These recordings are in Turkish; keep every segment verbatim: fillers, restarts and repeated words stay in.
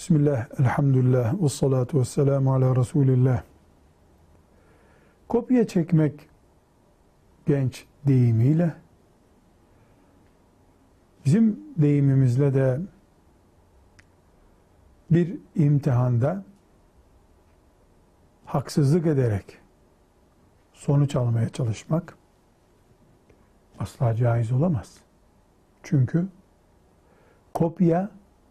Bismillah, elhamdülillah, ve salatu ve selamu ala Resulillah. Kopya çekmek genç deyimiyle, bizim deyimimizle de bir imtihanda haksızlık ederek sonuç almaya çalışmak asla caiz olamaz. Çünkü kopya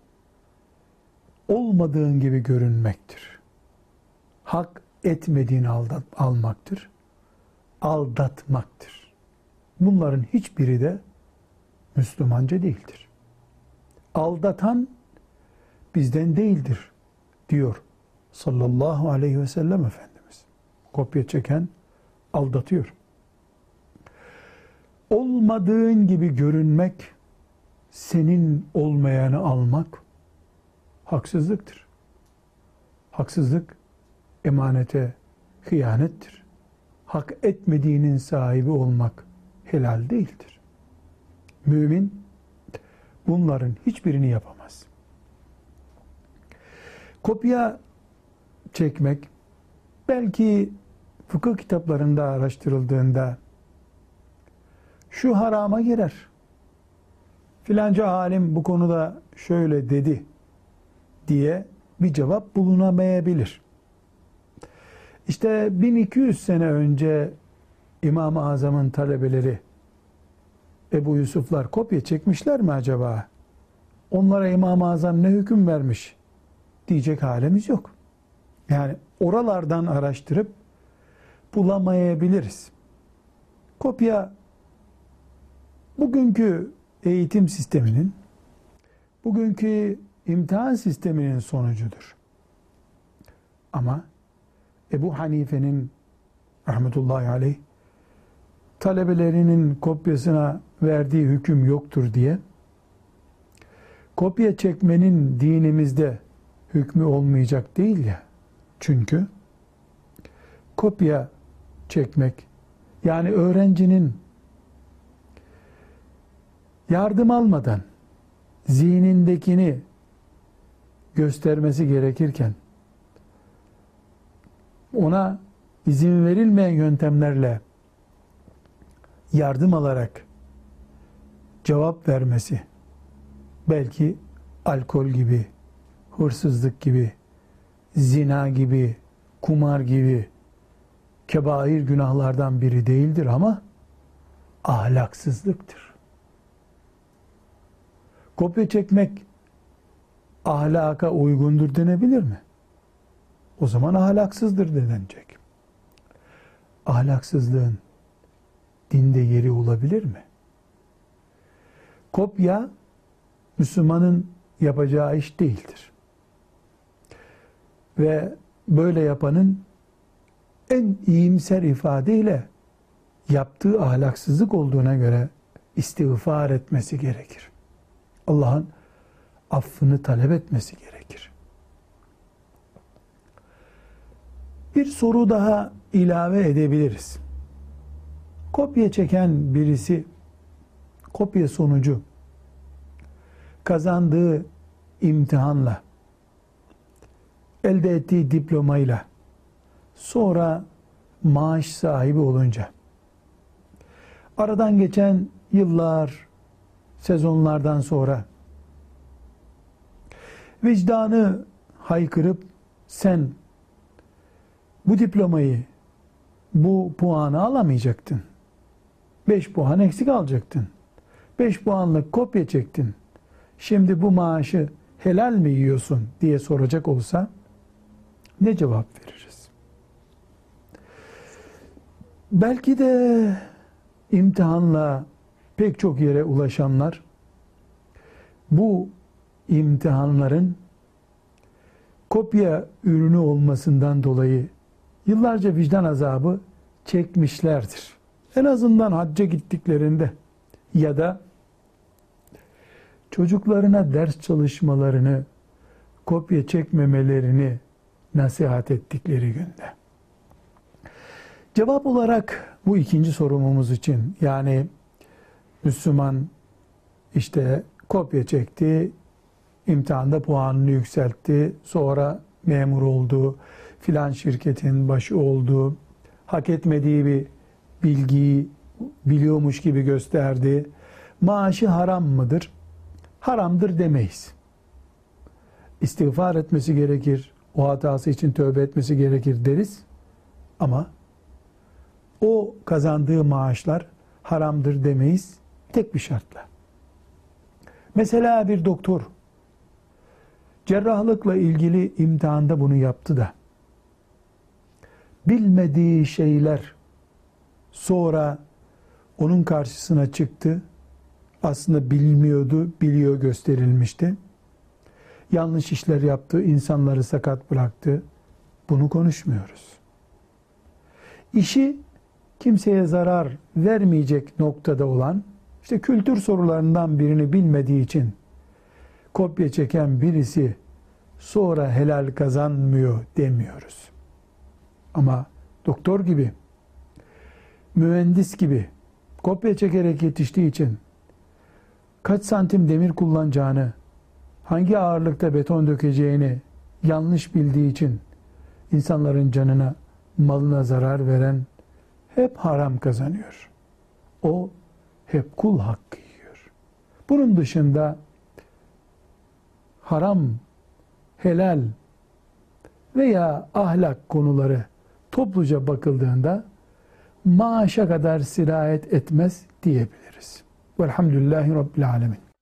olmadığın gibi görünmektir. Hak etmediğini aldat, almaktır. Aldatmaktır. Bunların hiçbiri de Müslümanca değildir. Aldatan bizden değildir diyor sallallahu aleyhi ve sellem Efendimiz. Kopya çeken aldatıyor. Olmadığın gibi görünmek, senin olmayanı almak haksızlıktır. Haksızlık emanete hıyanettir. Hak etmediğinin sahibi olmak helal değildir. Mümin bunların hiçbirini yapamaz. Kopya çekmek belki fıkıh kitaplarında araştırıldığında şu harama girer. Filanca alim bu konuda şöyle dedi diye bir cevap bulunamayabilir. İşte bin iki yüz sene önce İmam-ı Azam'ın talebeleri Ebu Yusuflar kopya çekmişler mi acaba? Onlara İmam-ı Azam ne hüküm vermiş diyecek halimiz yok. Yani oralardan araştırıp bulamayabiliriz. Kopya bugünkü eğitim sisteminin, bugünkü imtihan sisteminin sonucudur. Ama Ebu Hanife'nin rahmetullahi aleyh talebelerinin kopyasına verdiği hüküm yoktur diye kopya çekmenin dinimizde hükmü olmayacak değil ya. Çünkü kopya çekmek, yani öğrencinin yardım almadan zihnindekini göstermesi gerekirken ona izin verilmeyen yöntemlerle yardım alarak cevap vermesi, belki alkol gibi, hırsızlık gibi, zina gibi, kumar gibi kebair günahlardan biri değildir ama ahlaksızlıktır. Kopya çekmek ahlaka uygundur denebilir mi? O zaman ahlaksızdır denecek. Ahlaksızlığın dinde yeri olabilir mi? Kopya Müslümanın yapacağı iş değildir. Ve böyle yapanın en iyimser ifadeyle yaptığı ahlaksızlık olduğuna göre istiğfar etmesi gerekir. Allah'ın affını talep etmesi gerekir. Bir soru daha ilave edebiliriz. Kopya çeken birisi, kopya sonucu kazandığı imtihanla, elde ettiği diplomayla, sonra maaş sahibi olunca, aradan geçen yıllar, sezonlardan sonra vicdanı haykırıp sen bu diplomayı, bu puanı alamayacaktın. Beş puan eksik alacaktın. Beş puanlık kopya çektin. Şimdi bu maaşı helal mi yiyorsun diye soracak olsa ne cevap veririz? Belki de imtihanla pek çok yere ulaşanlar bu imtihanların kopya ürünü olmasından dolayı yıllarca vicdan azabı çekmişlerdir. En azından hacca gittiklerinde ya da çocuklarına ders çalışmalarını kopya çekmemelerini nasihat ettikleri günde. Cevap olarak bu ikinci sorumuz için, yani Müslüman işte kopya çekti, imtihanda puanını yükseltti, sonra memur oldu, filan şirketin başı oldu, hak etmediği bir bilgiyi biliyormuş gibi gösterdi. Maaşı haram mıdır? Haramdır demeyiz. İstiğfar etmesi gerekir, o hatası için tövbe etmesi gerekir deriz. Ama o kazandığı maaşlar haramdır demeyiz, tek bir şartla. Mesela bir doktor cerrahlıkla ilgili imtihanda bunu yaptı da bilmediği şeyler sonra onun karşısına çıktı. Aslında bilmiyordu, biliyor gösterilmişti. Yanlış işler yaptı, insanları sakat bıraktı. Bunu konuşmuyoruz. İşi kimseye zarar vermeyecek noktada olan, işte kültür sorularından birini bilmediği için kopya çeken birisi sonra helal kazanmıyor demiyoruz. Ama doktor gibi, mühendis gibi kopya çekerek yetiştiği için kaç santim demir kullanacağını, hangi ağırlıkta beton dökeceğini yanlış bildiği için insanların canına, malına zarar veren hep haram kazanıyor. O hep kul hakkı yiyor. Bunun dışında haram, helal veya ahlak konuları topluca bakıldığında maaşa kadar sirayet etmez diyebiliriz. Velhamdülillahi Rabbil Alemin.